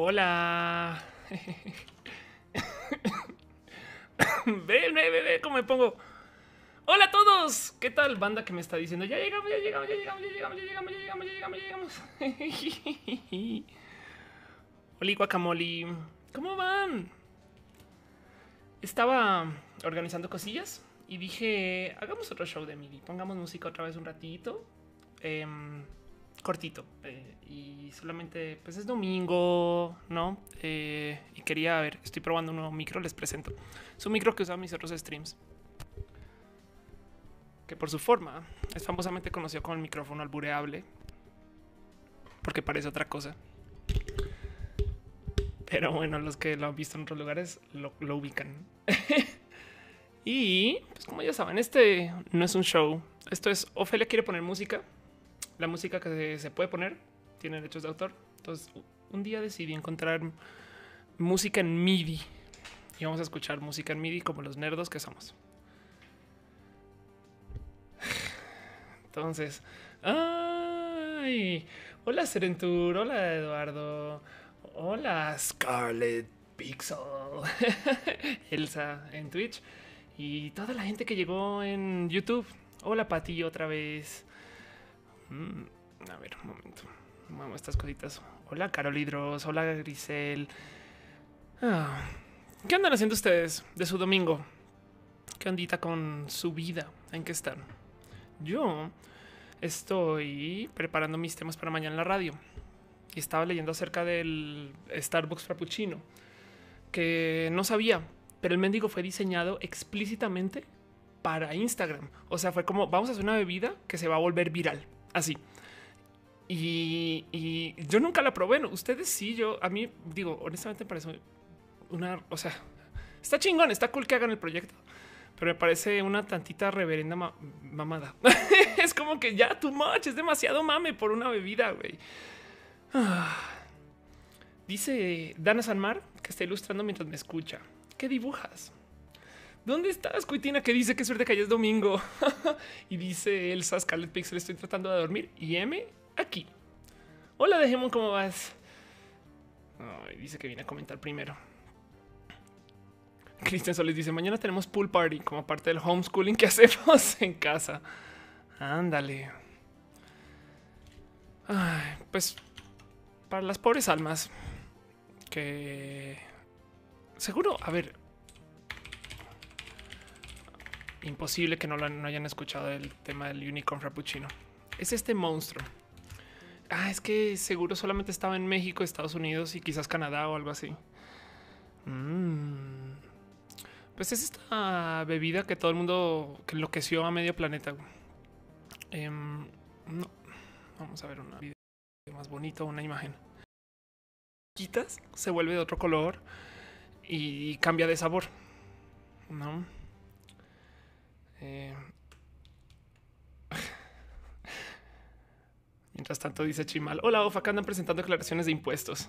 Hola. Ve cómo me pongo. Hola a todos. ¿Qué tal, banda que me está diciendo? Ya llegamos, ya llegamos, ya llegamos, ya llegamos, ya llegamos, ya llegamos, ya llegamos, ya llegamos. Oli, guacamole. ¿Cómo van? Estaba organizando cosillas y dije, hagamos otro show de MIDI. Pongamos música otra vez un ratito. Cortito. Y solamente, pues es domingo, ¿no? Y quería, ver, estoy probando un nuevo micro, les presento. Es un micro que usaba mis otros streams. Que por su forma es famosamente conocido como el micrófono albureable. Porque parece otra cosa. Pero bueno, los que lo han visto en otros lugares lo ubican. Y pues como ya saben, este no es un show. Esto es Ofelia quiere poner música. La música que se puede poner tiene derechos de autor. Entonces un día decidí encontrar música en MIDI. Y vamos a escuchar música en MIDI como los nerdos que somos. Entonces, ay, hola Serentur, hola Eduardo. Hola Scarlet Pixel, Elsa en Twitch y toda la gente que llegó en YouTube. Hola Pati otra vez. A ver, un momento. Vamos estas cositas. Hola Carol Hidros, hola Grisel. ¿Qué andan haciendo ustedes de su domingo? ¿Qué ondita con su vida? ¿En qué están? Yo estoy preparando mis temas para mañana en la radio. Y estaba leyendo acerca del Starbucks Frappuccino, que no sabía, pero el mendigo fue diseñado explícitamente para Instagram. O sea, fue como, vamos a hacer una bebida que se va a volver viral, así. Y yo nunca la probé, ¿no? Ustedes sí, a mí, digo, honestamente me parece una, o sea, está chingón, está cool que hagan el proyecto. Pero me parece una tantita reverenda mamada. Es como que ya too much, es demasiado mame por una bebida, güey. Dice Dana Sanmar que está ilustrando mientras me escucha. ¿Qué dibujas? ¿Dónde estás, Cuitina? Que dice que suerte que ayer es domingo. Y dice Elsa Scarlet Pixel, estoy tratando de dormir. Y M aquí. Hola, Dejemon, ¿cómo vas? Ay, dice que viene a comentar primero. Cristian Solis dice, mañana tenemos pool party como parte del homeschooling que hacemos en casa. Ándale. Ay, pues para las pobres almas que seguro, a ver, imposible que no hayan escuchado el tema del Unicorn Frappuccino. Es este monstruo. Es que seguro solamente estaba en México, Estados Unidos y quizás Canadá o algo así. Pues es esta bebida que todo el mundo que enloqueció a medio planeta. No, vamos a ver una video más bonito, una imagen. Quitas, se vuelve de otro color y cambia de sabor, ¿no? Mientras tanto dice Chimal, hola Ofa, que andan presentando declaraciones de impuestos.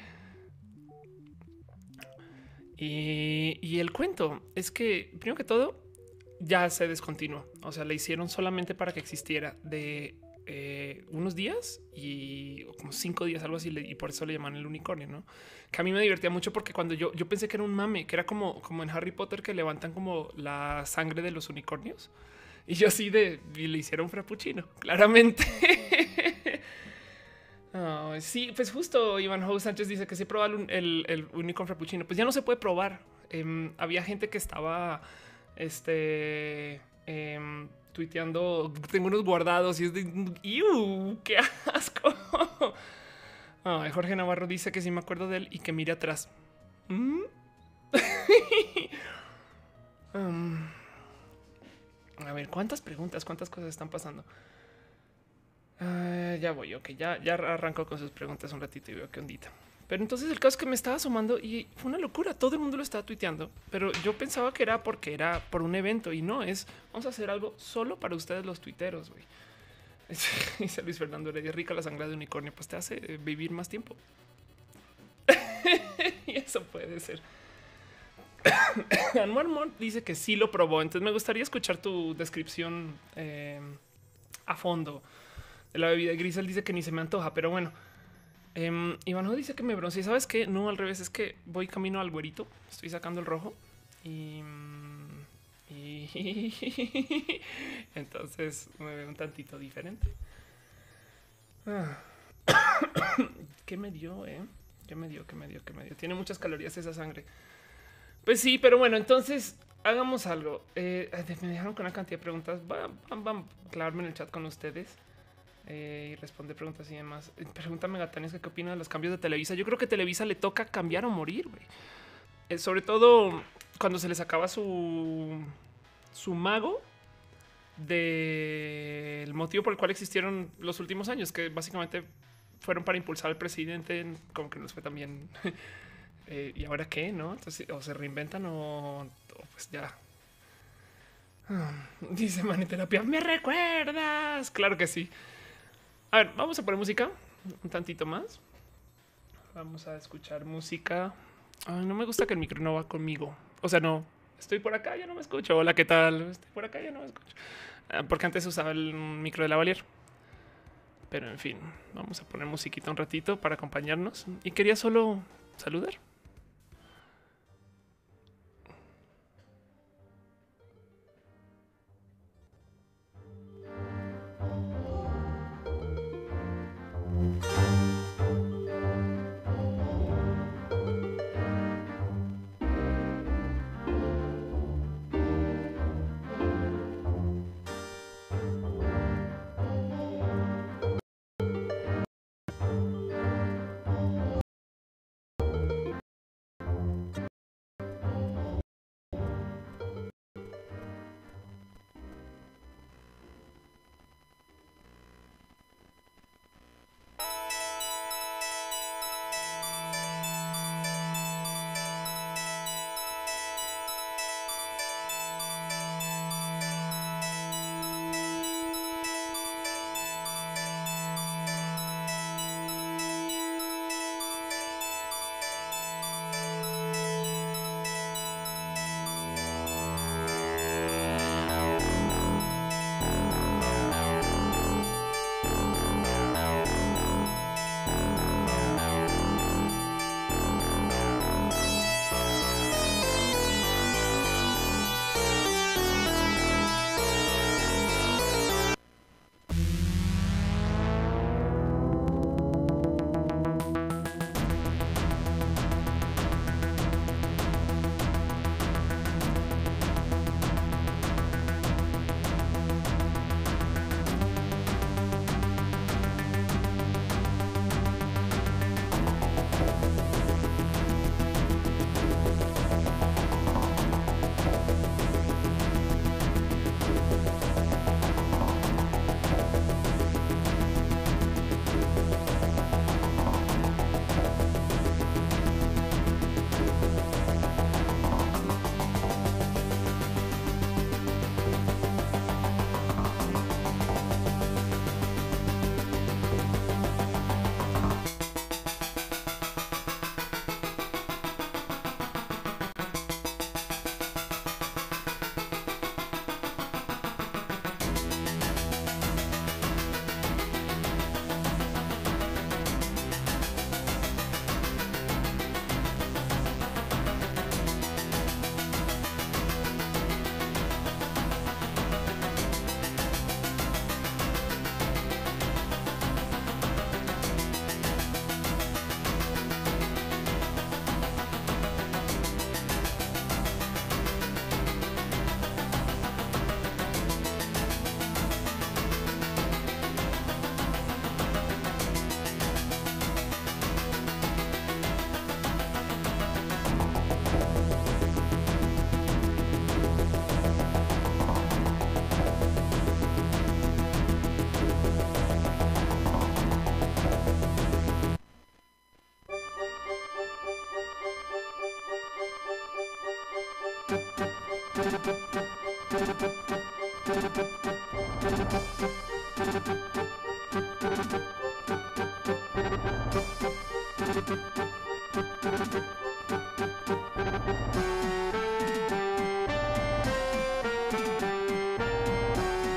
Y el cuento es que, primero que todo, ya se descontinuó. O sea, le hicieron solamente para que existiera de unos días y como 5 días, algo así, y por eso le llaman el unicornio, ¿no? Que a mí me divertía mucho porque cuando yo pensé que era un mame, que era como en Harry Potter que levantan como la sangre de los unicornios. Y yo así y le hicieron frappuccino, claramente. Sí, pues justo Iván Howe Sánchez dice que se prueba el Unicorn Frappuccino. Pues ya no se puede probar. Había gente que estaba tuiteando, tengo unos guardados y es de ¡iu! ¡Qué asco! Jorge Navarro dice que sí me acuerdo de él y que mire atrás. A ver, ¿cuántas preguntas, cuántas cosas están pasando? Ya voy, ok, ya arranco con sus preguntas un ratito y veo qué ondita. Pero entonces el caso es que me estaba asomando y fue una locura. Todo el mundo lo estaba tuiteando, pero yo pensaba que era porque era por un evento y no es. Vamos a hacer algo solo para ustedes, los tuiteros. Güey. Dice Luis Fernando Heredia, rica la sangre de unicornio, pues te hace vivir más tiempo. Y eso puede ser. Anwar Mont dice que sí lo probó. Entonces me gustaría escuchar tu descripción a fondo de la bebida. Grisel dice que ni se me antoja, pero bueno. Iván dice que me bronceé. ¿Sabes qué? No, al revés, es que voy camino al güerito. Estoy sacando el rojo y, y entonces me veo un tantito diferente. ¿Qué me dio, ¿Qué me dio? ¿Qué me dio? ¿Qué me dio? Tiene muchas calorías esa sangre. Pues sí, pero bueno, entonces hagamos algo. Me dejaron con una cantidad de preguntas. Van a clavarme en el chat con ustedes y responder preguntas y demás. Pregúntame, Gatanes, qué opina de los cambios de Televisa. Yo creo que Televisa le toca cambiar o morir, güey. Sobre todo cuando se les acaba su mago del motivo por el cual existieron los últimos años, que básicamente fueron para impulsar al presidente, como que nos fue también. ¿Y ahora qué? ¿No? Entonces, o se reinventan o pues ya. Dice Maniterapia, ¿me recuerdas? Claro que sí. A ver, vamos a poner música un tantito más. Vamos a escuchar música. Ay, no me gusta que el micro no va conmigo. O sea, no. Estoy por acá, ya no me escucho. Hola, ¿qué tal? Estoy por acá, ya no me escucho. Porque antes usaba el micro de lavalier. Pero en fin, vamos a poner musiquita un ratito para acompañarnos. Y quería solo saludar.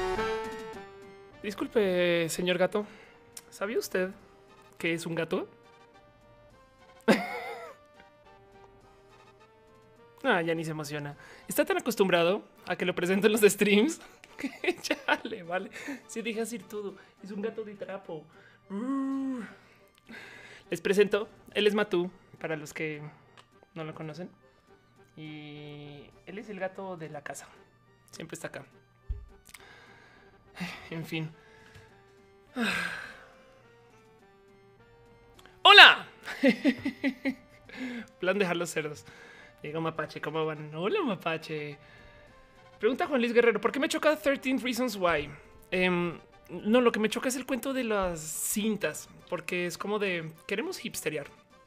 Disculpe, señor gato. ¿Sabía usted que es un gato? Ya ni se emociona. Está tan acostumbrado a que lo presenten en los streams que ya le vale. Si deja decir todo, es un gato de trapo. Les presento, él es Matú, para los que no lo conocen. Y él es el gato de la casa. Siempre está acá. En fin. ¡Hola! Plan dejar los cerdos. Llega Mapache, ¿cómo van? Hola, Mapache. Pregunta Juan Luis Guerrero, ¿por qué me choca 13 Reasons Why? No, lo que me choca es el cuento de las cintas, porque es como de queremos hipsterear.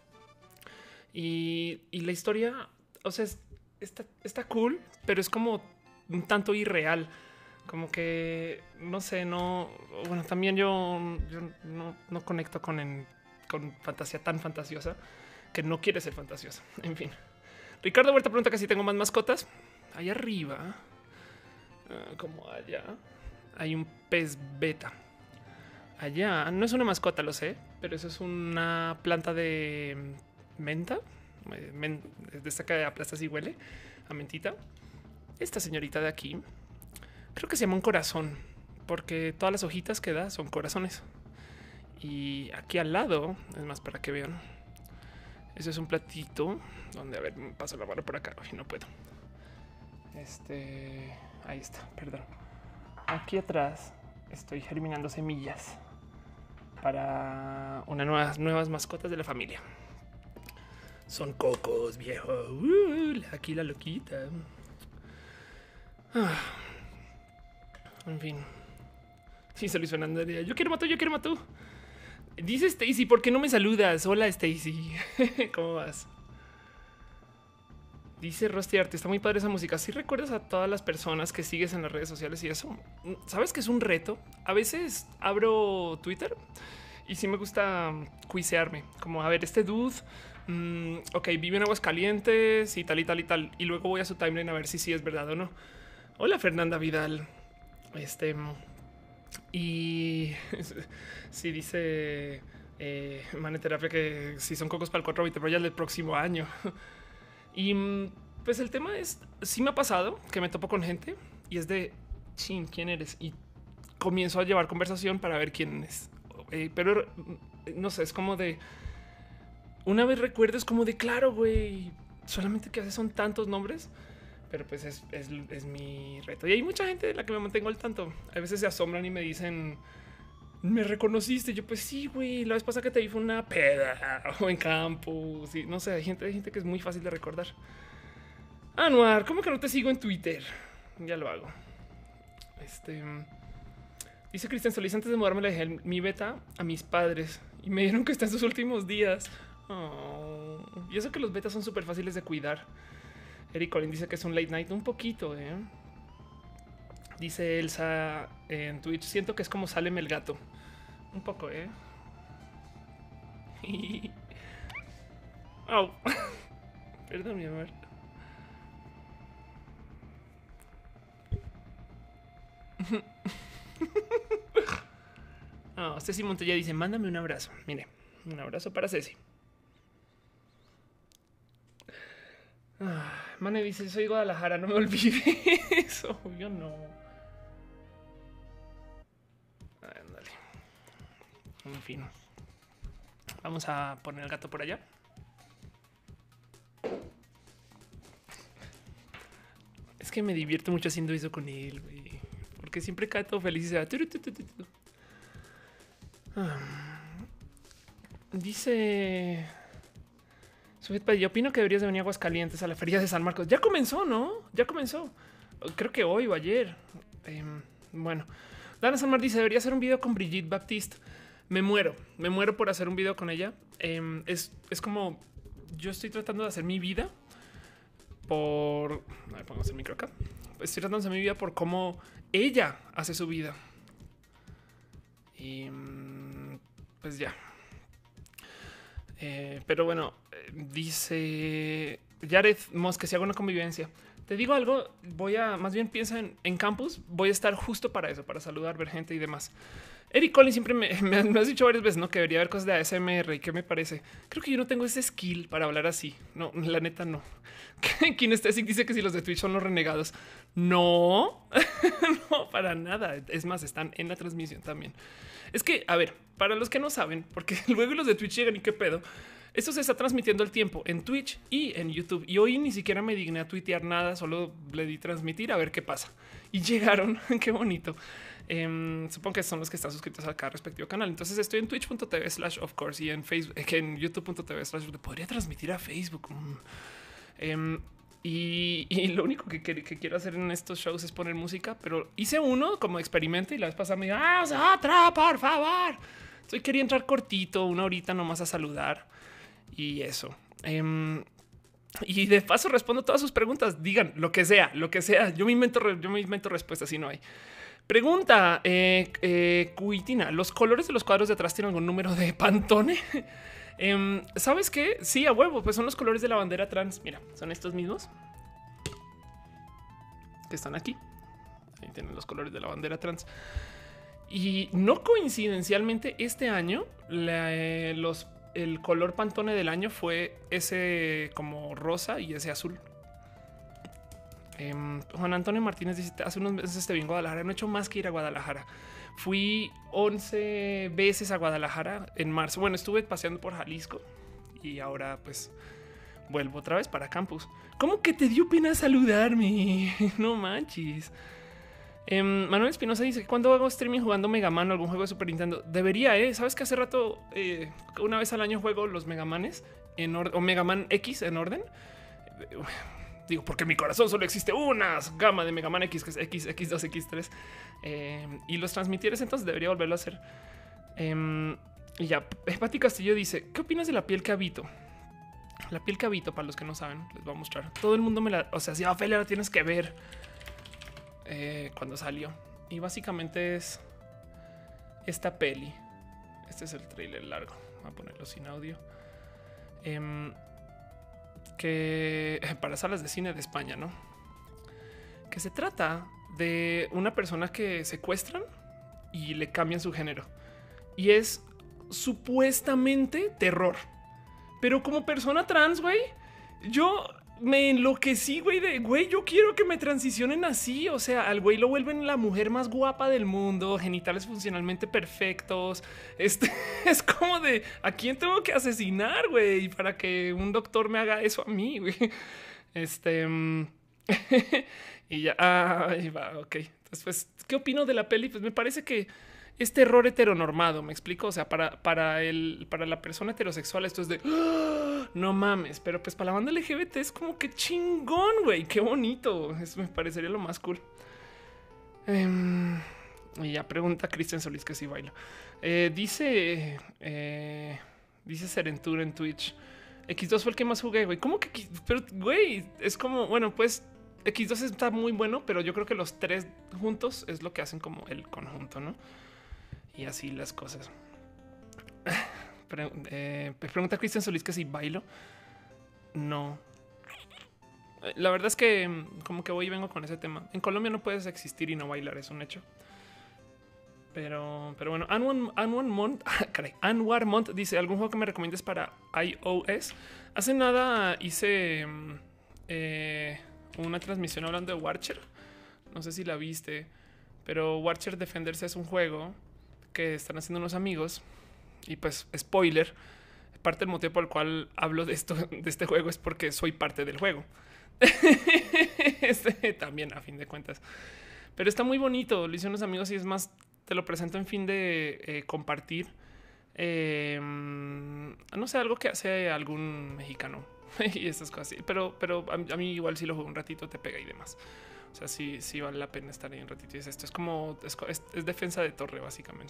Y la historia, o sea, está cool, pero es como un tanto irreal. Como que, no sé, no... Bueno, también yo no conecto con fantasía tan fantasiosa que no quiere ser fantasiosa. En fin. Ricardo Huerta pregunta que si tengo más mascotas. Allá arriba, como allá, hay un pez beta. Allá no es una mascota, lo sé, pero eso es una planta de menta. De esta que aplastas y huele a mentita. Esta señorita de aquí creo que se llama un corazón, porque todas las hojitas que da son corazones. Y aquí al lado, es más para que vean, ese es un platito donde, a ver, me paso la mano por acá. Ay, no puedo. Ahí está, perdón. Aquí atrás estoy germinando semillas para nuevas mascotas de la familia. Son cocos, viejo. Aquí la loquita. En fin. Sí, se Luis Fernando. Yo quiero Matú. Dice Stacy, ¿por qué no me saludas? Hola, Stacy. ¿Cómo vas? Dice Rusty Arte, está muy padre esa música. ¿Sí recuerdas a todas las personas que sigues en las redes sociales y eso? ¿Sabes que es un reto? A veces abro Twitter y sí me gusta cuisearme. Como, a ver, este dude, ok, vive en Aguascalientes y tal y tal y tal. Y luego voy a su timeline a ver si sí es verdad o no. Hola, Fernanda Vidal. Y sí dice Maneterapia que si son cocos para el 420, pero ya el próximo año. Y pues el tema es, sí me ha pasado que me topo con gente y es de, chin, ¿quién eres? Y comienzo a llevar conversación para ver quién es. Pero no sé, es como de, una vez recuerdo, es como de, claro, güey, solamente que hace son tantos nombres. Pero pues es mi reto. Y hay mucha gente de la que me mantengo al tanto. A veces se asombran y me dicen, ¿me reconociste? Yo pues sí, güey, la vez pasada que te vi fue una peda o en campo. Sí, no sé, hay gente que es muy fácil de recordar. Anuar, ¿cómo que no te sigo en Twitter? Ya lo hago. Dice Cristian Solís, antes de mudarme le dejé mi beta a mis padres y me dijeron que está en sus últimos días. Oh, y eso que los betas son súper fáciles de cuidar. Eric Collins dice que es un late night, un poquito, Dice Elsa en Twitch, siento que es como Sáleme el gato. Un poco, Oh. Perdón, mi amor. Ceci Montella dice, mándame un abrazo. Mire, un abrazo para Ceci. Mane dice, soy Guadalajara, no me olvide eso. Yo no. Ándale. En fin. Vamos a poner el gato por allá. Es que me divierto mucho haciendo eso con él, güey. Porque siempre cae todo feliz y se va. Dice... Yo opino que deberías de venir a Aguascalientes a la feria de San Marcos. Ya comenzó, ¿no? Ya comenzó. Creo que hoy o ayer. Bueno, Dana Sanmar dice, debería hacer un video con Brigitte Baptiste. Me muero por hacer un video con ella. Es como, yo estoy tratando de hacer mi vida por... A ver, pongamos el micro acá. Estoy tratando de hacer mi vida por cómo ella hace su vida. Y pues ya. Pero bueno, dice Jared Moss que si hago una convivencia. Te digo algo, más bien piensa en campus, voy a estar justo para eso, para saludar, ver gente y demás. Eric Collins siempre me has dicho varias veces, ¿no? Que debería haber cosas de ASMR. ¿Y qué me parece? Creo que yo no tengo ese skill para hablar así. No, la neta no. Kinesthetic dice que si los de Twitch son los renegados. No, no, para nada. Es más, están en la transmisión también. Es que, a ver, para los que no saben, porque luego los de Twitch llegan y qué pedo. Esto se está transmitiendo el tiempo en Twitch y en YouTube. Y hoy ni siquiera me digné a tuitear nada, solo le di transmitir a ver qué pasa. Y llegaron, qué bonito. Supongo que son los que están suscritos a cada respectivo canal. Entonces estoy en twitch.tv/of course y en Facebook, en youtube.tv/ podría transmitir a Facebook. Y lo único que quiero hacer en estos shows es poner música, pero hice uno como experimento y la vez pasada me dijo, otra, por favor. Entonces quería entrar cortito, una horita nomás a saludar y eso. Y de paso respondo todas sus preguntas. Digan lo que sea, lo que sea. Yo me invento respuestas si no hay. Pregunta Cuitina, ¿los colores de los cuadros de atrás tienen algún número de Pantone? ¿Sabes qué? Sí, a huevo, pues son los colores de la bandera trans. Mira, son estos mismos que están aquí. Ahí tienen los colores de la bandera trans. Y no coincidencialmente este año el color Pantone del año fue ese como rosa y ese azul. Juan Antonio Martínez dice, hace unos meses te vi en Guadalajara. No he hecho más que ir a Guadalajara. Fui 11 veces a Guadalajara en marzo. Bueno, estuve paseando por Jalisco y ahora pues vuelvo otra vez para campus. ¿Cómo que te dio pena saludarme? No manches. Manuel Espinosa dice, ¿cuándo hago streaming jugando Mega Man o algún juego de Super Nintendo? Debería, ¿sabes que hace rato una vez al año juego los Mega Manes o Mega Man X en orden? Digo, porque en mi corazón solo existe una gama de Mega Man X, que es X, X2, X3. Y los transmitieres, entonces debería volverlo a hacer. Y ya, Pati Castillo dice, ¿qué opinas de la piel que habito? La piel que habito, para los que no saben, les voy a mostrar. Todo el mundo me la... O sea, si Ophelia la tienes que ver cuando salió. Y básicamente es esta peli. Este es el tráiler largo. Voy a ponerlo sin audio. Que para salas de cine de España, ¿no? Que se trata de una persona que secuestran y le cambian su género. Y es supuestamente terror. Pero como persona trans, güey, yo me enloquecí, güey, yo quiero que me transicionen así. O sea, al güey lo vuelven la mujer más guapa del mundo, genitales funcionalmente perfectos. Es como de, ¿a quién tengo que asesinar, güey? Para que un doctor me haga eso a mí, güey. Y ya, ahí va, ok. Entonces, pues, ¿qué opino de la peli? Pues me parece que es terror heteronormado, ¿me explico? O sea, para la persona heterosexual esto es de no mames, pero pues para la banda LGBT es como que chingón, güey, qué bonito. Eso me parecería lo más cool. Y ya pregunta Cristian Solís que si bailo. Dice Serentura en Twitch. X2 fue el que más jugué, güey. ¿Cómo que? Pero, güey, es como, bueno, pues X2 está muy bueno, pero yo creo que los tres juntos es lo que hacen como el conjunto, ¿no? Y así las cosas. Pregunta Cristian Solís que si bailo. No. La verdad es que como que voy y vengo con ese tema. En Colombia no puedes existir y no bailar, es un hecho. Pero bueno, Anwar Mont dice, ¿algún juego que me recomiendes para iOS? Hace nada hice una transmisión hablando de Watcher. No sé si la viste, pero Watcher Defenders es un juego que están haciendo unos amigos y pues spoiler, parte del motivo por el cual hablo de esto, de este juego, es porque soy parte del juego. También a fin de cuentas, pero está muy bonito, lo hicieron unos amigos y es más, te lo presento en fin de compartir no sé, algo que hace algún mexicano y estas cosas así, pero a mí igual si lo juego un ratito te pega y demás. O sea, sí vale la pena estar ahí un ratito. Y esto es como es defensa de torre, básicamente.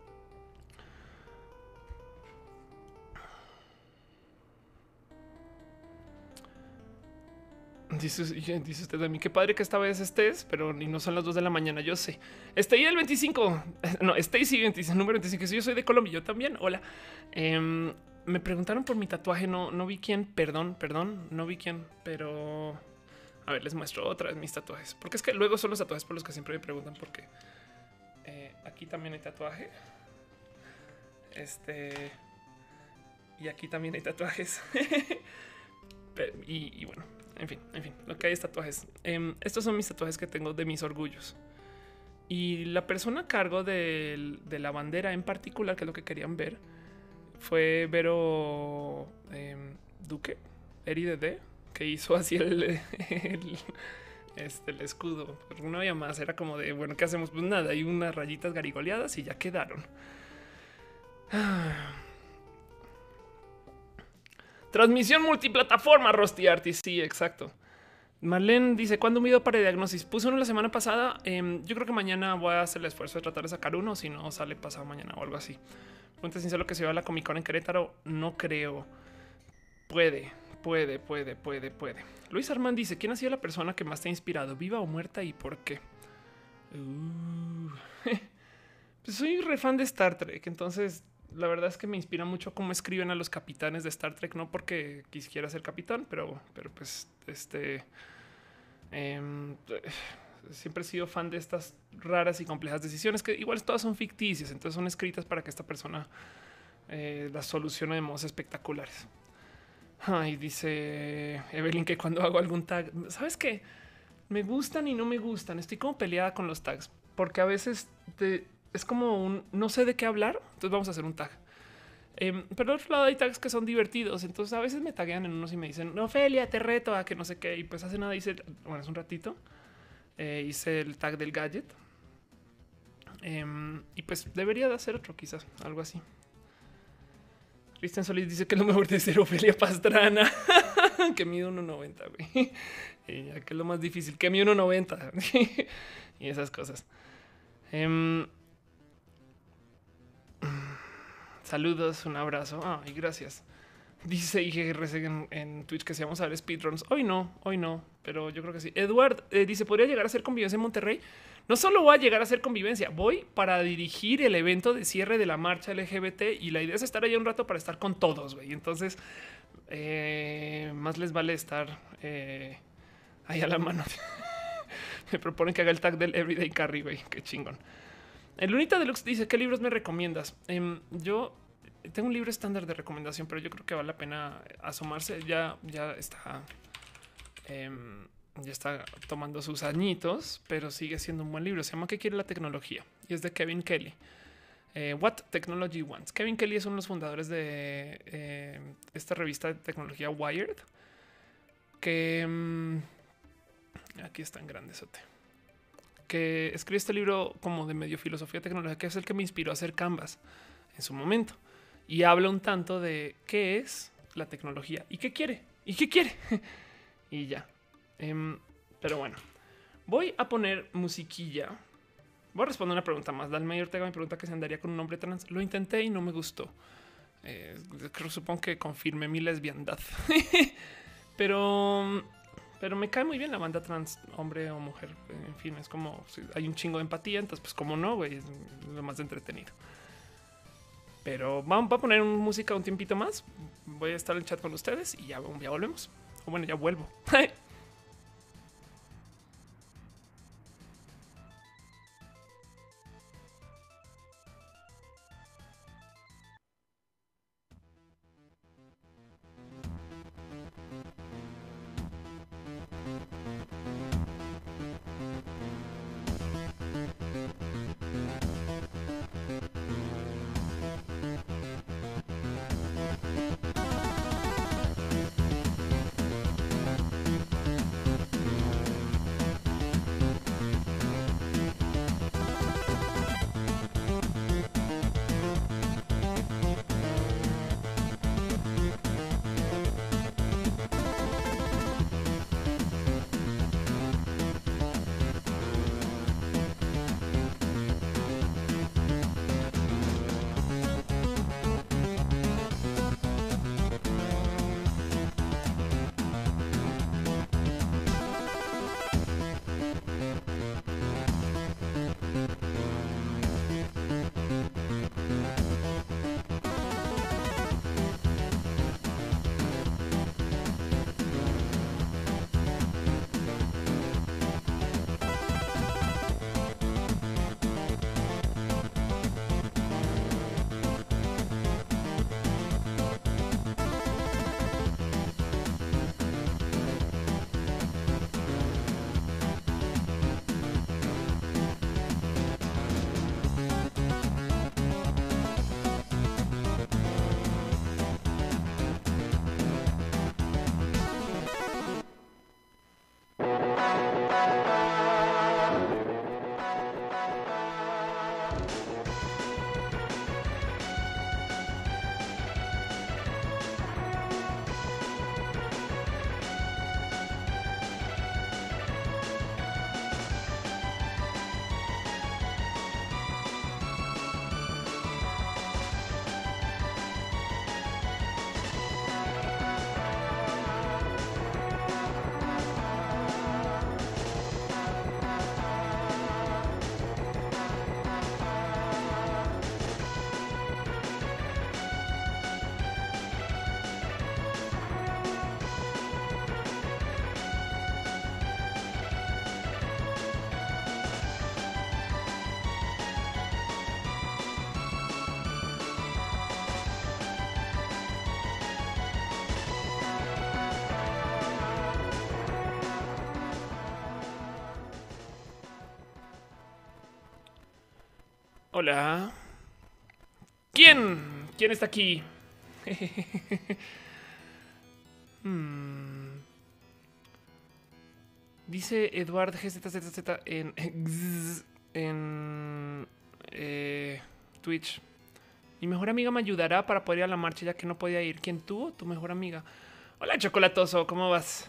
Dice usted a mí, qué padre que esta vez estés, pero ni no son las 2 de la mañana. Yo sé. Estoy el 25. No, Stacy 25, número 25. Yo soy de Colombia. Yo también. Hola. Me preguntaron por mi tatuaje. No vi quién. Perdón. No vi quién, pero a ver, les muestro otra vez mis tatuajes, porque es que luego son los tatuajes por los que siempre me preguntan por qué. aquí también hay tatuaje. Y aquí también hay tatuajes. y bueno, en fin, lo que hay es tatuajes. Estos son mis tatuajes que tengo de mis orgullos. Y la persona a cargo de la bandera en particular, que es lo que querían ver, fue Vero Duque, Eri de, que hizo así el escudo. Pero no había más, era como de, bueno, ¿qué hacemos? Pues nada, hay unas rayitas garigoleadas y ya quedaron. Transmisión multiplataforma, Rusty Artis. Sí, exacto. Marlene dice: ¿cuándo un video para diagnosis? Puse uno la semana pasada. Yo creo que mañana voy a hacer el esfuerzo de tratar de sacar uno. Si no, sale pasado mañana o algo así. Pregunta sincero que se va a la Comic Con en Querétaro. No creo. Puede. Luis Armand dice: ¿quién ha sido la persona que más te ha inspirado, viva o muerta, y por qué? Pues soy re fan de Star Trek, entonces la verdad es que me inspira mucho cómo escriben a los capitanes de Star Trek, no porque quisiera ser capitán, pero pues siempre he sido fan de estas raras y complejas decisiones que igual todas son ficticias, entonces son escritas para que esta persona las solucione de modos espectaculares. Y dice Evelyn que cuando hago algún tag, ¿sabes qué? Me gustan y no me gustan. Estoy como peleada con los tags porque a veces es como un no sé de qué hablar. Entonces vamos a hacer un tag. Pero al otro lado hay tags que son divertidos. Entonces a veces me taguean en unos y me dicen: no, Ophelia, te reto a que no sé qué. Y pues hace nada hice, bueno, es un ratito, hice el tag del gadget. Y pues debería de hacer otro, quizás algo así. Cristian Solís dice que lo mejor de ser Ofelia Pastrana, que mide 1.90, güey. Y ya que es lo más difícil, que mide 1.90 y esas cosas. Saludos, un abrazo. Ay, gracias. Dice IGRC en Twitch que si vamos a ver speedruns. Hoy no, pero yo creo que sí. Edward dice: ¿podría llegar a hacer convivencia en Monterrey? No solo voy a llegar a hacer convivencia, voy para dirigir el evento de cierre de la marcha LGBT y la idea es estar allá un rato para estar con todos, güey. Entonces, más les vale estar ahí a la mano. Me proponen que haga el tag del Everyday Carry, güey. Qué chingón. El Lunita Deluxe dice: ¿qué libros me recomiendas? Yo tengo un libro estándar de recomendación, pero yo creo que vale la pena asomarse. Ya está. Ya está tomando sus añitos, pero sigue siendo un buen libro. Se llama ¿Qué quiere la tecnología? Y es de Kevin Kelly. What Technology Wants. Kevin Kelly es uno de los fundadores de esta revista de tecnología Wired, que aquí está en grandesote, que escribe este libro como de medio filosofía tecnológica, que es el que me inspiró a hacer Canvas en su momento. Y habla un tanto de qué es la tecnología y qué quiere y ya. Pero bueno, voy a poner musiquilla. Voy a responder una pregunta más. Dalmay Ortega me pregunta que se andaría con un hombre trans. Lo intenté y no me gustó. Supongo que confirmé mi lesbiandad. pero me cae muy bien la banda trans, hombre o mujer. En fin, es como si hay un chingo de empatía. Entonces, pues como no, güey, es lo más entretenido. Pero vamos a poner música un tiempito más. Voy a estar en el chat con ustedes y ya volvemos. O bueno, ya vuelvo. Hola. ¿Quién? ¿Quién está aquí? Hmm. Dice Eduard GZZZ en Twitch. Mi mejor amiga me ayudará para poder ir a la marcha ya que no podía ir. ¿Quién tuvo? Tu mejor amiga. Hola, chocolatoso, ¿cómo vas?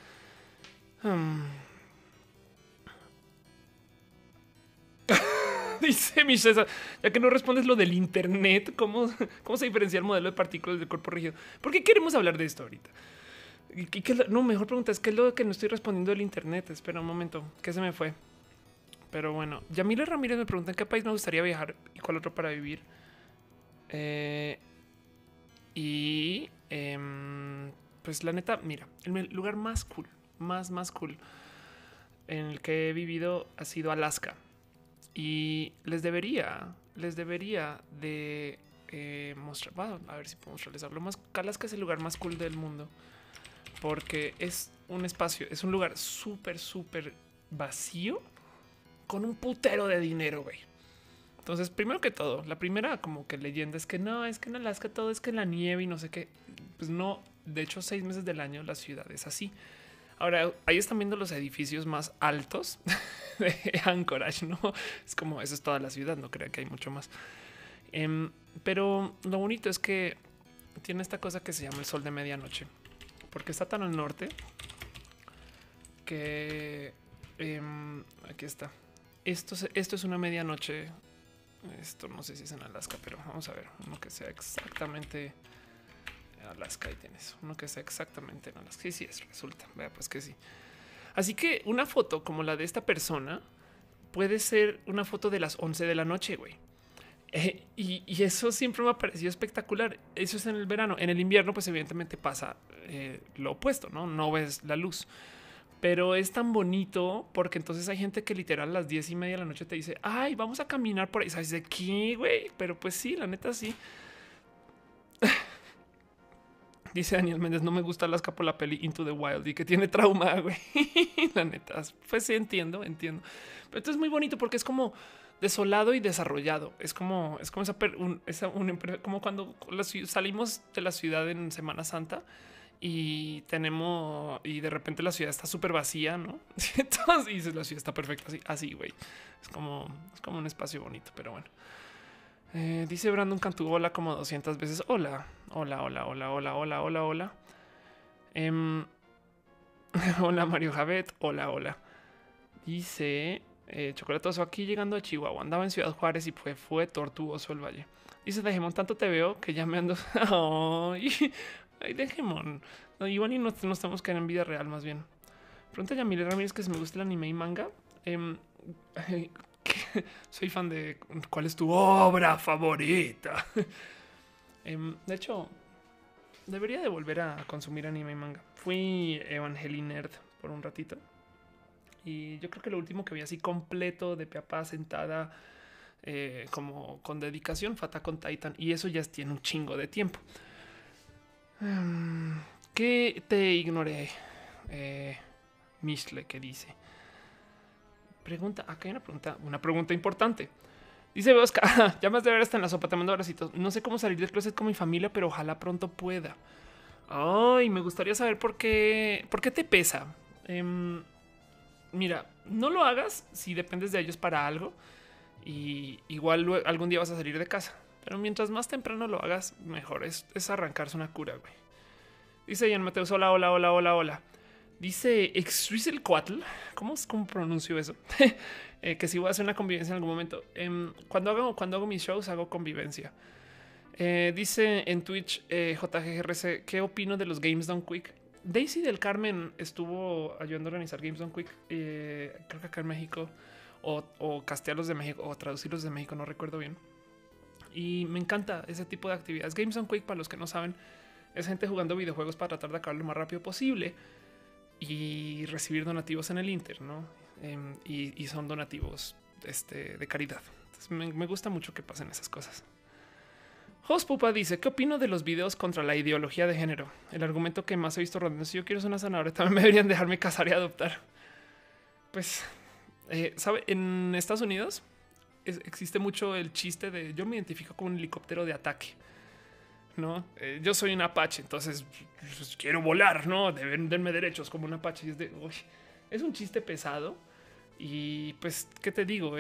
Dice mi César, ya que no respondes lo del internet, ¿cómo se diferencia el modelo de partículas del cuerpo rígido? ¿Por qué queremos hablar de esto ahorita? No, mejor pregunta es qué es lo que no estoy respondiendo del internet. Espera un momento, ¿qué se me fue? Pero bueno, Yamile Ramírez me pregunta en qué país me gustaría viajar y cuál otro para vivir. Eh, pues la neta, mira, el lugar más cool, más cool en el que he vivido ha sido Alaska. Y les debería de mostrar, a ver si puedo mostrarles algo más. Alaska es el lugar más cool del mundo porque es un espacio, es un lugar súper vacío con un putero de dinero, güey. Entonces, primero que todo, la primera como que leyenda es que no, es que en Alaska todo es que la nieve y no sé qué. Pues no, de hecho 6 meses del año la ciudad es así. Ahora, ahí están viendo los edificios más altos de Anchorage, ¿no? Es como, eso es toda la ciudad, no creo que hay mucho más. Pero lo bonito es que tiene esta cosa que se llama el sol de medianoche, porque está tan al norte que aquí está. Esto es una medianoche. Esto no sé si es en Alaska, pero vamos a ver uno que sea exactamente Alaska. Ahí tienes uno que sea exactamente en Alaska. Sí, sí, es, resulta. Vea, pues que sí. Así que una foto como la de esta persona puede ser una foto de las 11 de la noche, güey. Y eso siempre me ha parecido espectacular. Eso es en el verano. En el invierno, pues evidentemente pasa lo opuesto, ¿no? No ves la luz. Pero es tan bonito porque entonces hay gente que literal a las 10:30 de la noche te dice, ay, vamos a caminar por ahí. ¿Sabes de qué, güey? Pero pues sí, la neta sí. Dice Daniel Méndez, no me gusta Alaska por la peli Into the Wild y que tiene trauma, güey. La neta, pues sí, entiendo. Pero esto es muy bonito porque es como desolado y desarrollado. Es como como cuando salimos de la ciudad en Semana Santa y de repente la ciudad está súper vacía, ¿no? Entonces dices, la ciudad está perfecta, así, güey. Es como un espacio bonito, pero bueno. Dice Brandon Cantú, hola como 200 veces. Hola. Em, hola Mario Javet, hola. Dice Chocolatoso, aquí llegando a Chihuahua. Andaba en Ciudad Juárez y fue tortuoso el valle. Dice Dejemon, tanto te veo que ya me ando. Ay, Dejemon. No, igual y no estamos que en vida real, más bien. Pregunta Yamile Ramírez que si me gusta el anime y manga. Soy fan de ¿cuál es tu obra favorita? De hecho, debería de volver a consumir anime y manga. Fui Evangelinerd por un ratito. Y yo creo que lo último que vi así completo de papá sentada como con dedicación fue Attack on Titan. Y eso ya tiene un chingo de tiempo. ¿Qué te ignoré? Mishle, que dice. Pregunta, acá hay una pregunta importante. Dice Oscar, ya más de ver hasta en la sopa, te mando abracitos. No sé cómo salir del closet con mi familia, pero ojalá pronto pueda. Ay, me gustaría saber por qué te pesa. Mira, no lo hagas si dependes de ellos para algo y igual algún día vas a salir de casa. Pero mientras más temprano lo hagas, mejor. Es arrancarse una cura, güey. Dice Ian Mateus, hola. Dice Exuizelcoatl, ¿cómo pronuncio eso? Que si voy a hacer una convivencia en algún momento. Cuando hago mis shows, hago convivencia. Dice en Twitch JGRC, ¿qué opino de los Games Done Quick? Daisy del Carmen estuvo ayudando a organizar Games Done Quick, creo que acá en México, o castearlos de México, o traducirlos de México, no recuerdo bien. Y me encanta ese tipo de actividades. Games Done Quick, para los que no saben, es gente jugando videojuegos para tratar de acabar lo más rápido posible y recibir donativos en el Inter, ¿no? Y son donativos de caridad. Entonces me gusta mucho que pasen esas cosas. Host Pupa dice, ¿qué opino de los videos contra la ideología de género? El argumento que más he visto rondando, si yo quiero ser una zanahoria, también me deberían dejarme casar y adoptar. Pues, ¿sabe? En Estados Unidos existe mucho el chiste de yo me identifico como un helicóptero de ataque. No, yo soy un Apache, entonces pues, quiero volar, no denme derechos como un Apache. Y es de uy, es un chiste pesado. Y pues, ¿qué te digo?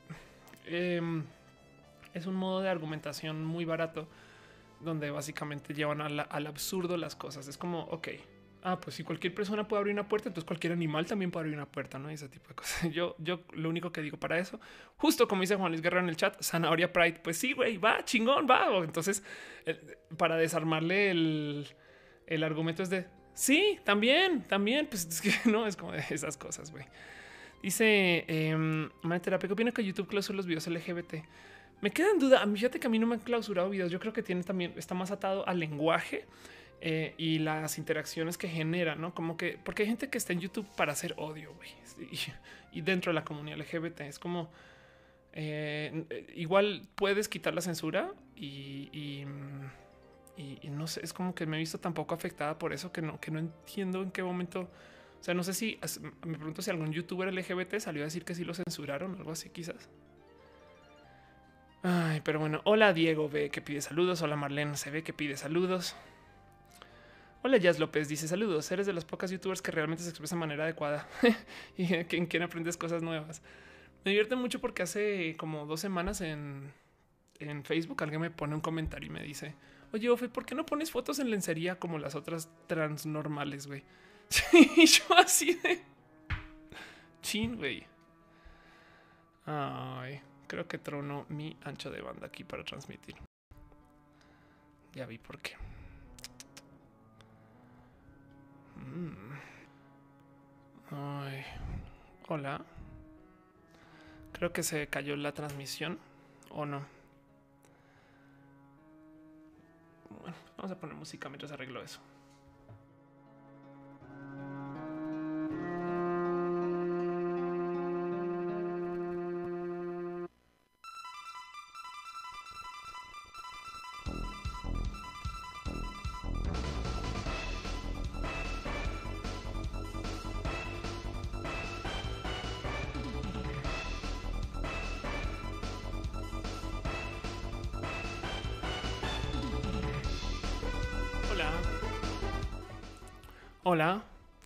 Es un modo de argumentación muy barato donde básicamente llevan al absurdo las cosas. Es como, ok, pues si cualquier persona puede abrir una puerta, entonces cualquier animal también puede abrir una puerta, ¿no? Y ese tipo de cosas. Yo lo único que digo para eso, justo como dice Juan Luis Guerrero en el chat, Zanahoria Pride, pues sí, güey, va, chingón, va. Entonces, para desarmarle el argumento es de, sí, también, pues es que no, es como de esas cosas, güey. Dice, Terapia, ¿qué opina que YouTube clausura los videos LGBT? Me queda en duda. Fíjate que a mí no me han clausurado videos. Yo creo que está más atado al lenguaje y las interacciones que genera, ¿no? Como que porque hay gente que está en YouTube para hacer odio, güey. Y dentro de la comunidad LGBT es como igual puedes quitar la censura y no sé, es como que me he visto tan poco afectada por eso que no entiendo en qué momento. O sea, no sé si me pregunto si algún youtuber LGBT salió a decir que sí lo censuraron o algo así, quizás. Ay, pero bueno, hola Diego B que pide saludos. Hola Marlene se ve que pide saludos. Hola Jazz López dice saludos. Eres de las pocas youtubers que realmente se expresan de manera adecuada y en quien aprendes cosas nuevas. Me divierte mucho porque hace como 2 semanas en Facebook alguien me pone un comentario y me dice, oye Ofe, ¿por qué no pones fotos en lencería como las otras trans normales, güey? Y yo así de chin, güey. Ay, creo que trono mi ancho de banda aquí para transmitir. Ya vi por qué. Ay, hola. Creo que se cayó la transmisión o no. Bueno, vamos a poner música mientras arreglo eso. Hola.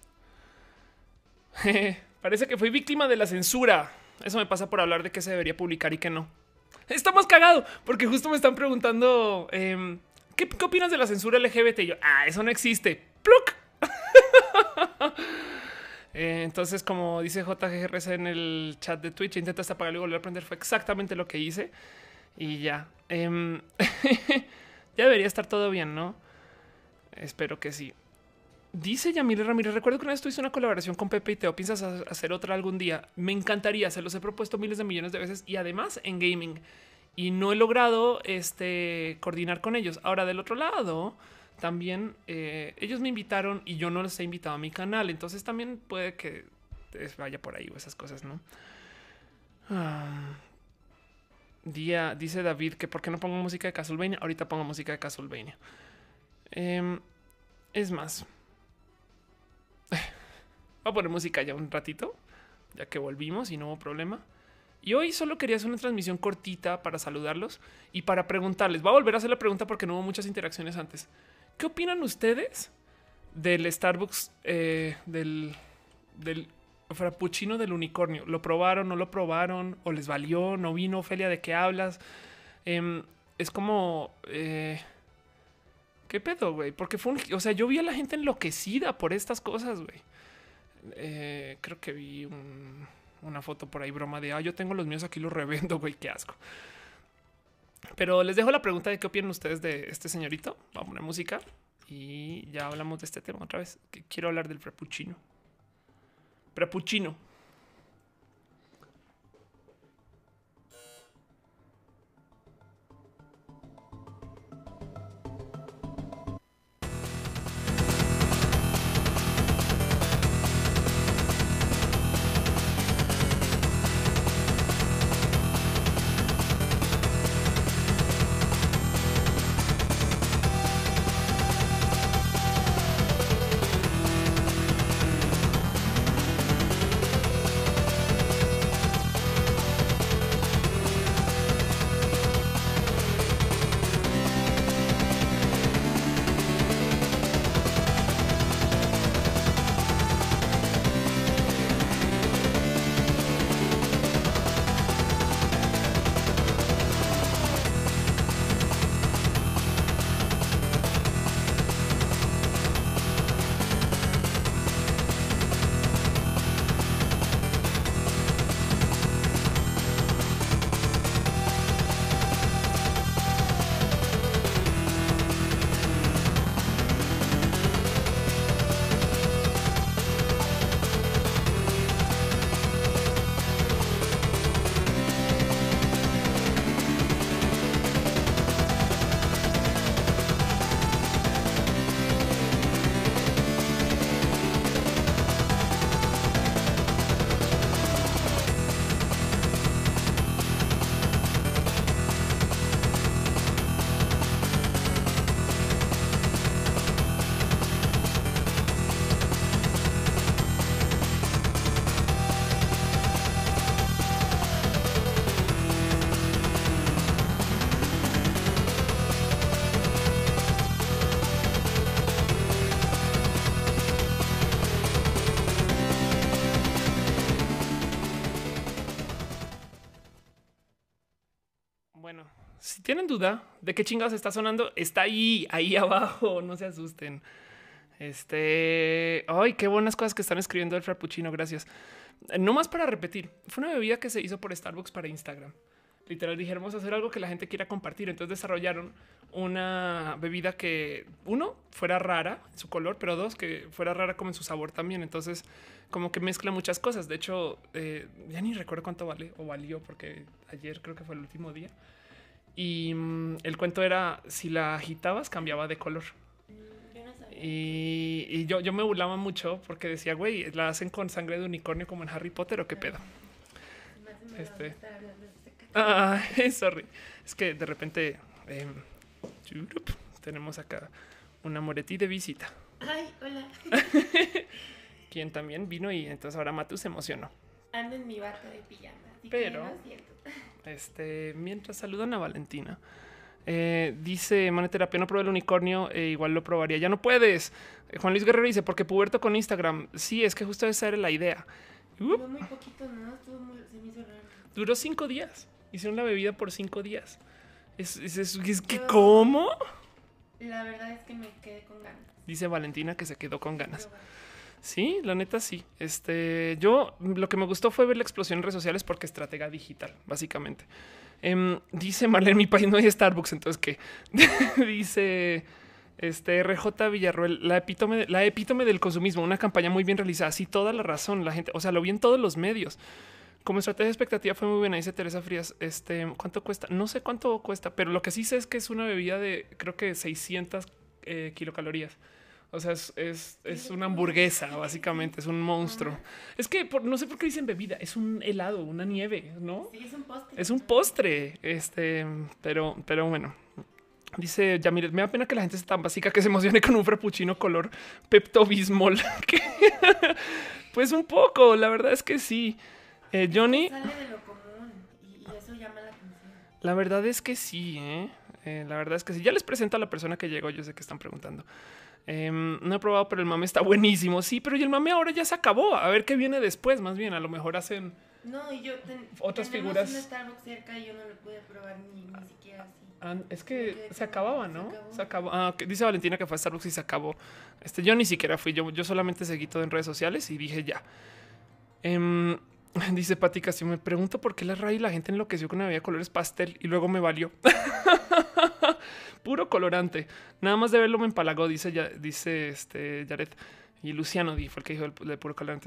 Parece que fui víctima de la censura. Eso me pasa por hablar de qué se debería publicar y qué no. Está más cagado porque justo me están preguntando ¿qué opinas de la censura LGBT? Y yo, eso no existe. ¡Pluc! Entonces, como dice JGRC en el chat de Twitch, intentas apagarlo y volver a aprender. Fue exactamente lo que hice y ya. Ya debería estar todo bien, ¿no? Espero que sí. Dice Yamile Ramírez, recuerdo que una vez tuviste una colaboración con Pepe y Teo. ¿Piensas hacer otra algún día? Me encantaría, se los he propuesto miles de millones de veces y además en gaming. Y no he logrado coordinar con ellos. Ahora, del otro lado, también ellos me invitaron y yo no los he invitado a mi canal. Entonces también puede que vaya por ahí o esas cosas, ¿no? Dice David que por qué no pongo música de Castlevania. Ahorita pongo música de Castlevania. Es más, voy a poner música ya un ratito, ya que volvimos y no hubo problema. Y hoy solo quería hacer una transmisión cortita para saludarlos y para preguntarles. Voy a volver a hacer la pregunta porque no hubo muchas interacciones antes. ¿Qué opinan ustedes del Starbucks, del frappuccino del unicornio? ¿Lo probaron, no lo probaron? ¿O les valió? ¿No vino? Ofelia, ¿de qué hablas? Es como... ¿qué pedo, güey? Porque o sea, yo vi a la gente enloquecida por estas cosas, güey. Creo que vi una foto por ahí, broma de, yo tengo los míos aquí, los revendo, güey, qué asco. Pero les dejo la pregunta de qué opinan ustedes de este señorito. Vamos a poner música y ya hablamos de este tema otra vez. Que quiero hablar del frappuccino. Frappuccino. tienen duda de qué chingados está sonando, está ahí abajo. No se asusten. Ay, qué buenas cosas que están escribiendo el Frappuccino. Gracias. No más para repetir. Fue una bebida que se hizo por Starbucks para Instagram. Literal, dijeron hacer algo que la gente quiera compartir. Entonces desarrollaron una bebida que, uno, fuera rara en su color, pero dos, que fuera rara como en su sabor también. Entonces, como que mezcla muchas cosas. De hecho, ya ni recuerdo cuánto vale o valió, porque ayer creo que fue el último día. Y el cuento era, si la agitabas, cambiaba de color. Y yo me burlaba mucho porque decía, güey, ¿la hacen con sangre de unicornio como en Harry Potter o qué pedo? Sorry. Es que de repente tenemos acá una Moretti de visita. Ay, hola. Quien también vino y entonces ahora Matu se emocionó. Ando en mi bata de pijama. Pero, mientras saludan a Valentina, dice Maneterapia, no probé el unicornio, igual lo probaría. Ya no puedes. Juan Luis Guerrero dice, porque puberto con Instagram. Sí, es que justo esa era la idea. Duró muy poquito, ¿no? Se me hizo raro. Duró 5 días. Hicieron la bebida por 5 días. Es que, ¿cómo? La verdad es que me quedé con ganas. Dice Valentina que se quedó con ganas. Sí, la neta sí. Yo lo que me gustó fue ver la explosión en redes sociales porque estratega digital, básicamente. Dice Marlene, en mi país no hay Starbucks, entonces ¿qué? Dice RJ Villarroel, la epítome del consumismo, una campaña muy bien realizada. Sí, toda la razón, la gente, o sea, lo vi en todos los medios. Como estrategia de expectativa fue muy buena, dice Teresa Frías. ¿Cuánto cuesta? No sé cuánto cuesta, pero lo que sí sé es que es una bebida de creo que 600 kilocalorías. O sea, es una hamburguesa, básicamente, es un monstruo. Es que no sé por qué dicen bebida, es un helado, una nieve, ¿no? Sí, es un postre. Es un postre, pero bueno. Dice Yamir, me da pena que la gente sea tan básica que se emocione con un frappuccino color Pepto Bismol. Pues un poco, la verdad es que sí. Johnny. Sale de lo común y eso llama la atención. La verdad es que sí, la verdad es que sí. Ya les presento a la persona que llegó, yo sé que están preguntando. No he probado, pero el mame está buenísimo. Sí, pero y el mame ahora ya se acabó. A ver qué viene después, más bien. A lo mejor hacen otras figuras. Un Starbucks cerca y yo no lo pude probar ni siquiera así. Es que se acababa, ¿no? Se acabó. Dice Valentina que fue a Starbucks y se acabó. Yo ni siquiera fui. Yo solamente seguí todo en redes sociales y dije ya. Dice Pati Castillo, me pregunto por qué la RAI la gente enloqueció con una bebida de colores pastel y luego me valió. Puro colorante. Nada más de verlo me empalagó, dice Jared. Y Luciano fue el que dijo de puro colorante.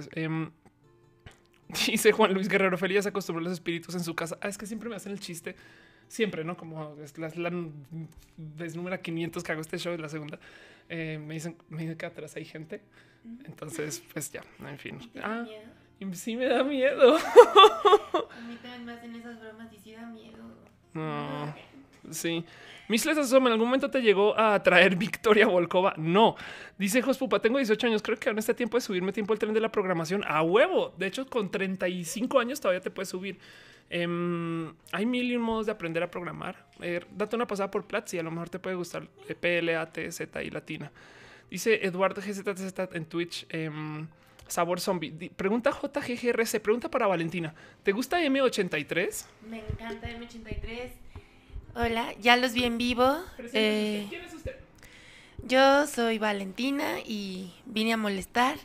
Dice Juan Luis Guerrero, feliz acostumbró a los espíritus en su casa. Es que siempre me hacen el chiste. Siempre, ¿no? Como es la vez número 500 que hago este show, es la segunda. Me dicen que atrás hay gente. Entonces, pues ya, en fin. Sí me da miedo. A mí también me hacen esas bromas y sí da miedo. No, sí. Misles Asoma, ¿en algún momento te llegó a traer Victoria Volkova? No. Dice Jospupa, tengo 18 años, creo que aún está tiempo de subirme tiempo el tren de la programación. A huevo. De hecho, con 35 años todavía te puedes subir. Hay mil y un modos de aprender a programar. Date una pasada por Platzi, a lo mejor te puede gustar. PLATZ y latina. Dice Eduardo GZZ en Twitch. Sabor zombie. Pregunta JGGRC. Pregunta para Valentina. ¿Te gusta M83? Me encanta M83. Hola, ya los vi en vivo. ¿Quién es usted? Yo soy Valentina y vine a molestar.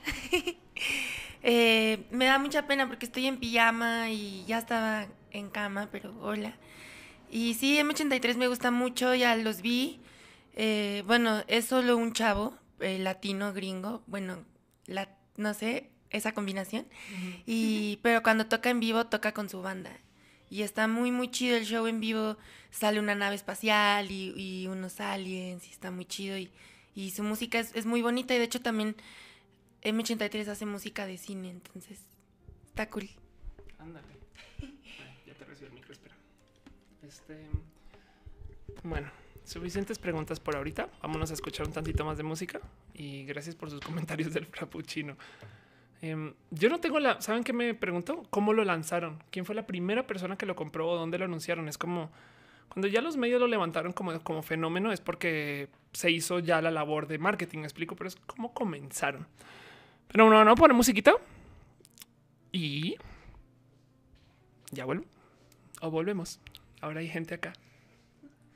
Me da mucha pena porque estoy en pijama y ya estaba en cama, pero hola. Y sí, M83 me gusta mucho, ya los vi. Bueno, es solo un chavo latino, gringo. Bueno, no sé, esa combinación. Pero cuando toca en vivo, toca con su banda. Y está muy, muy chido el show en vivo. Sale una nave espacial y unos aliens y está muy chido. Y su música es muy bonita y de hecho también M83 hace música de cine, entonces está cool. Ándale. Ya te recibo el micro, espera. Bueno, suficientes preguntas por ahorita. Vámonos a escuchar un tantito más de música y gracias por sus comentarios del frappuccino. Yo no tengo ¿saben qué me pregunto? ¿Cómo lo lanzaron? ¿Quién fue la primera persona que lo compró o dónde lo anunciaron? Es como cuando ya los medios lo levantaron como fenómeno, es porque se hizo ya la labor de marketing, me explico, pero es cómo comenzaron. Pero no, pone musiquita y ya vuelvo o volvemos. Ahora hay gente acá.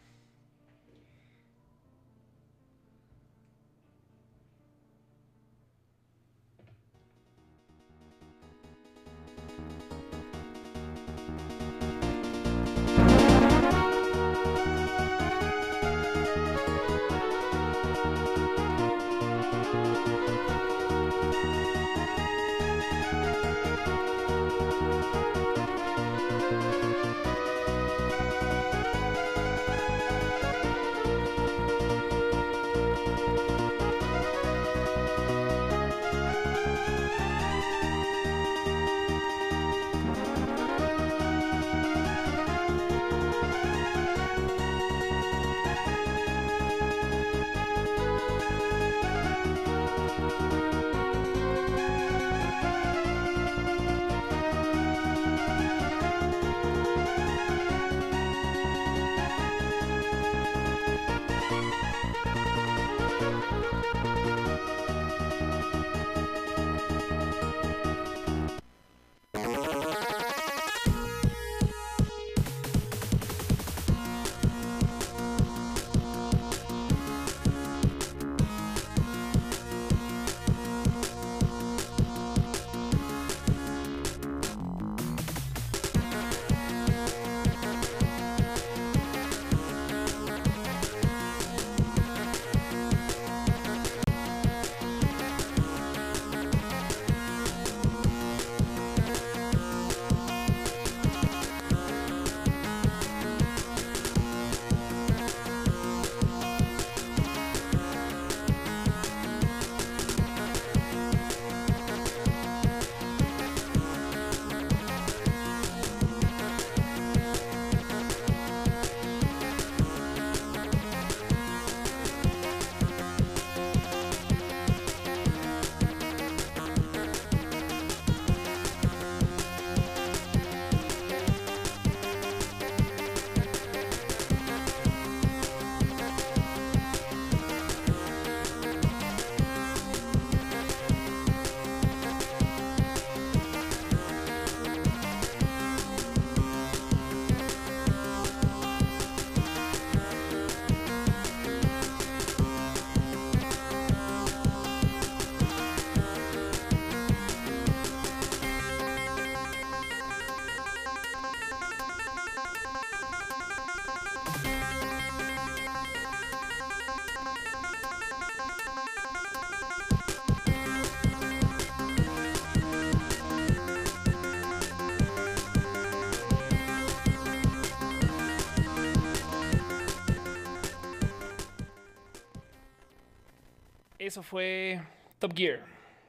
eso fue Top Gear.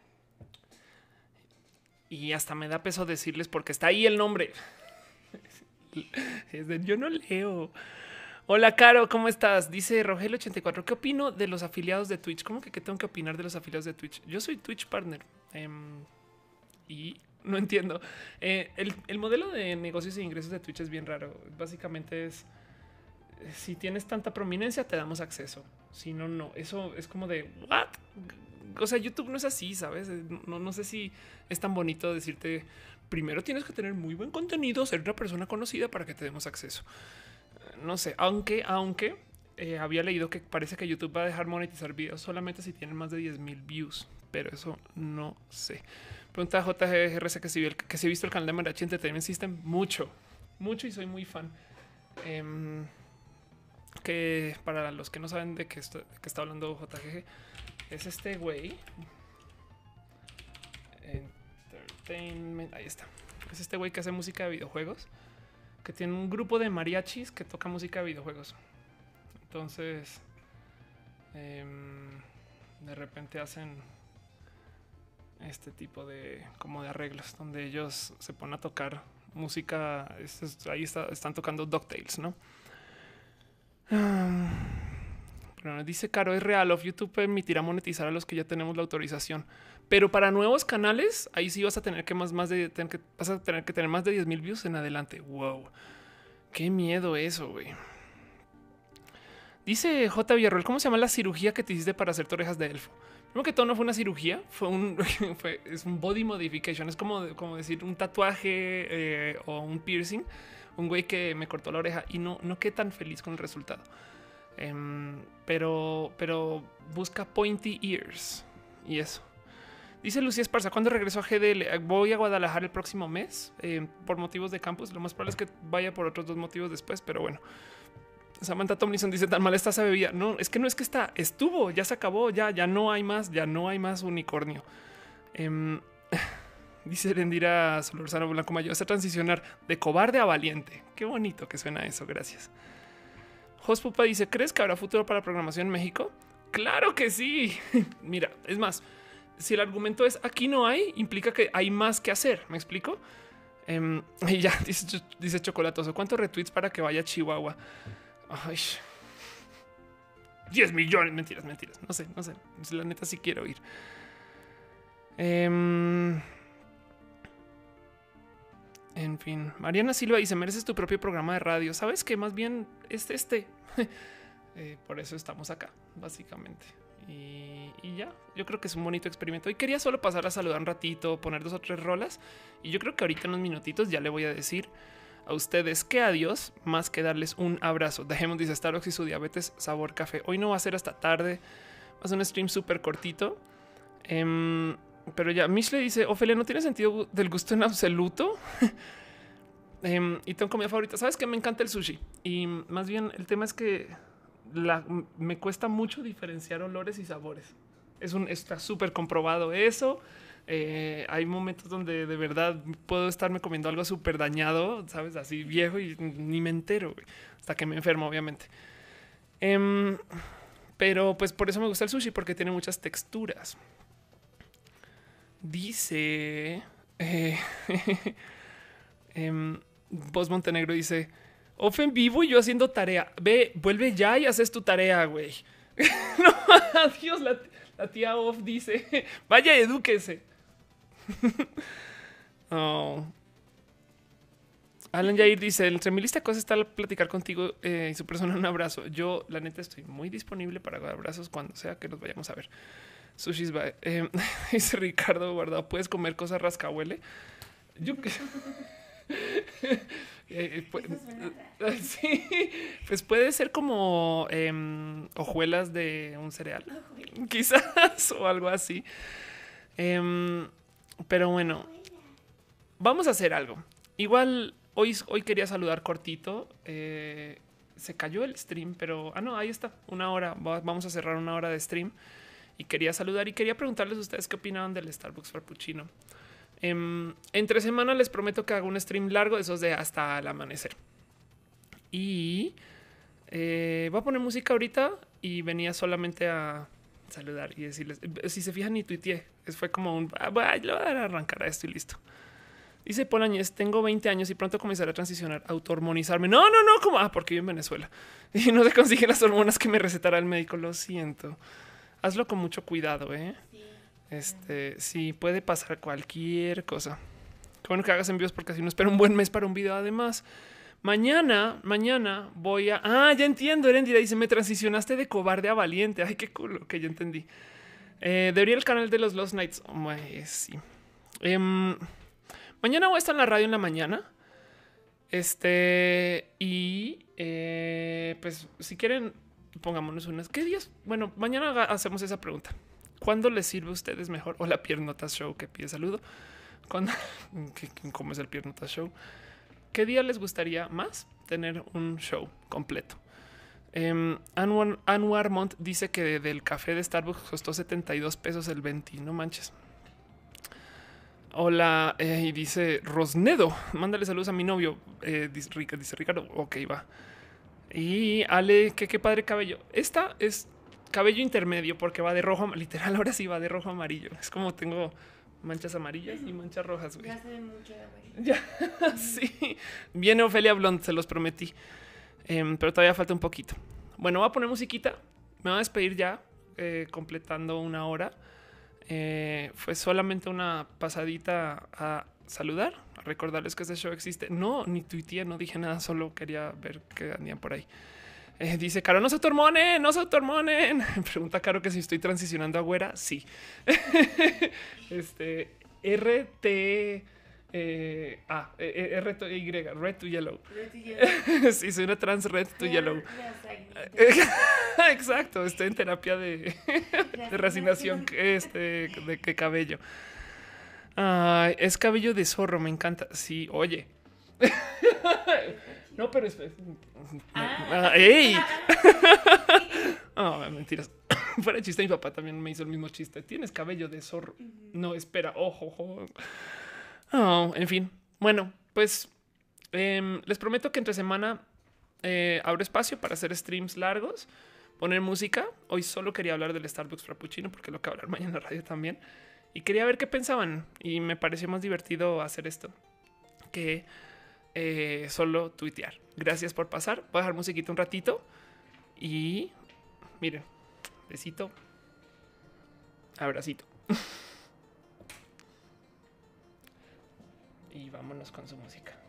Y hasta me da peso decirles porque está ahí el nombre. Yo no leo. Hola, Caro, ¿cómo estás? Dice Rogel84. ¿Qué opino de los afiliados de Twitch? ¿Cómo que qué tengo que opinar de los afiliados de Twitch? Yo soy Twitch partner y no entiendo. El modelo de negocios e ingresos de Twitch es bien raro. Básicamente es si tienes tanta prominencia, te damos acceso. Si no, no. Eso es como de what? O sea, YouTube no es así, ¿sabes? No sé si es tan bonito decirte primero tienes que tener muy buen contenido, ser una persona conocida para que te demos acceso. No sé, aunque había leído que parece que YouTube va a dejar monetizar videos solamente si tienen más de 10,000 views, pero eso no sé. Pregunta a JGRC que si he visto el canal de Marachi Entertainment System. Mucho y soy muy fan. Que para los que no saben de qué está hablando JGG, es este güey. Entertainment, ahí está. Es este güey que hace música de videojuegos, que tiene un grupo de mariachis que toca música de videojuegos. Entonces, de repente hacen este tipo de como de arreglos donde ellos se ponen a tocar música. Ahí están tocando DuckTales, ¿no? Pero dice Caro, es real, of YouTube permitirá monetizar a los que ya tenemos la autorización, pero para nuevos canales ahí sí vas a tener que vas a tener que tener más de 10,000 views en adelante. Wow, qué miedo eso, güey. Dice J. Villarroel, ¿cómo se llama la cirugía que te hiciste para hacerte orejas de elfo? Primero que todo, no fue una cirugía, es un body modification. Es como decir un tatuaje o un piercing. Un güey que me cortó la oreja y no quedé tan feliz con el resultado. Pero busca pointy ears y eso. Dice Lucía Esparza, ¿cuándo regreso a GDL? Voy a Guadalajara el próximo mes por motivos de campus. Lo más probable es que vaya por otros 2 motivos después, pero bueno. Samantha Tomlinson dice, tan mal está esa bebida. No es que estuvo, ya se acabó, ya no hay más unicornio. Dice Erendira Solorzano Blanco Mayo, hace transicionar de cobarde a valiente. Qué bonito que suena eso, gracias. Jospupa dice, ¿crees que habrá futuro para la programación en México? ¡Claro que sí! Mira, es más, si el argumento es aquí no hay, implica que hay más que hacer, ¿me explico? Y ya, dice Chocolatoso, ¿cuántos retweets para que vaya a Chihuahua? Ay, 10 millones, mentiras. No sé, la neta sí quiero ir. En fin, Mariana Silva dice, mereces tu propio programa de radio. ¿Sabes qué? Más bien es por eso estamos acá, básicamente. Y ya, yo creo que es un bonito experimento. Y quería solo pasar a saludar un ratito, poner 2 o 3 rolas. Y yo creo que ahorita en unos minutitos ya le voy a decir a ustedes que adiós, más que darles un abrazo. Dejemos, dice Starbucks y su diabetes sabor café. Hoy no va a ser hasta tarde, va a ser un stream súper cortito. Pero ya, Mish le dice, Ofelia, ¿no tiene sentido del gusto en absoluto? Y tengo comida favorita. ¿Sabes qué? Me encanta el sushi. Y más bien el tema es que me cuesta mucho diferenciar olores y sabores. Está súper comprobado eso. Hay momentos donde de verdad puedo estarme comiendo algo súper dañado, ¿sabes? Así viejo y ni me entero, güey, hasta que me enfermo, obviamente. Pero pues por eso me gusta el sushi, porque tiene muchas texturas. Dice Voz Montenegro dice, Off en vivo y yo haciendo tarea. Ve, vuelve ya y haces tu tarea, güey. No, adiós, la tía Off dice, vaya, edúquese. Oh. Alan Jair dice, entre mi lista de cosas está platicar contigo y su persona un abrazo. Yo, la neta, estoy muy disponible para dar abrazos cuando sea que nos vayamos a ver. Sushis va. Dice Ricardo Guardado, ¿puedes comer cosas rascahuele? Yo que sí, pues puede ser como hojuelas de un cereal, quizás, o algo así. Pero bueno, vamos a hacer algo. Igual hoy quería saludar cortito. Se cayó el stream, pero no, ahí está, 1 hora. Vamos a cerrar 1 hora de stream. Y quería saludar y quería preguntarles a ustedes qué opinaban del Starbucks Frappuccino. Entre semana les prometo que hago un stream largo de esos de hasta el amanecer. Y voy a poner música ahorita y venía solamente a saludar y decirles, si se fijan, ni tuiteé. Fue como un, le voy a dar a arrancar a esto y listo. Dice Polañez, tengo 20 años y pronto comenzaré a transicionar, a autohormonizarme. No, como, porque vivo en Venezuela y no se consiguen las hormonas que me recetará el médico. Lo siento. Hazlo con mucho cuidado, ¿eh? Sí, puede pasar cualquier cosa. Qué bueno que hagas envíos porque así no espero un buen mes para un video. Además, mañana voy a... ya entiendo, Erendira dice, me transicionaste de cobarde a valiente. Ay, qué culo, que ya entendí. Debería el canal de los Lost Nights. Sí. Mañana voy a estar en la radio en la mañana. Pues si quieren, pongámonos unas. ¿Qué días? Bueno, mañana hacemos esa pregunta. ¿Cuándo les sirve a ustedes mejor? O la Piernotas Show que pide saludo. ¿Cómo es el Piernotas Show? ¿Qué día les gustaría más tener un show completo? Anwar Mont dice que del café de Starbucks costó 72 pesos el 20. No manches. Hola, y dice Rosnedo, mándale saludos a mi novio. Dice Ricardo, ok, va. Y Ale, qué padre cabello. Esta es cabello intermedio porque va de rojo, literal, ahora sí va de rojo a amarillo. Es como tengo manchas amarillas y manchas rojas, güey. Ya se ve mucho de amarillo. Ya, sí. Viene Ofelia Blond, se los prometí. Pero todavía falta un poquito. Bueno, voy a poner musiquita. Me voy a despedir ya, completando una hora. Fue solamente una pasadita a saludar, a recordarles que este show existe. No, ni tuiteé, no dije nada, solo quería ver qué andían por ahí. Dice Caro, no se autormonen, no se autormonen. Pregunta Caro que si estoy transicionando a güera. Sí. RT Red to Yellow. Sí, soy una trans Red to Yellow. Exacto, estoy en terapia de resignación de cabello. Es cabello de zorro, me encanta. Sí, oye. No, pero ¡ey! Mentiras. Fuera de chiste, mi papá también me hizo el mismo chiste. Tienes cabello de zorro. No, espera, ojo. En fin. Bueno, pues les prometo que entre semana abro espacio para hacer streams largos, poner música. Hoy solo quería hablar del Starbucks Frappuccino porque lo que hablar mañana en la radio también. Y quería ver qué pensaban. Y me pareció más divertido hacer esto que solo tuitear. Gracias por pasar. Voy a dejar musiquita un ratito. Y miren, besito, abracito. Y vámonos con su música.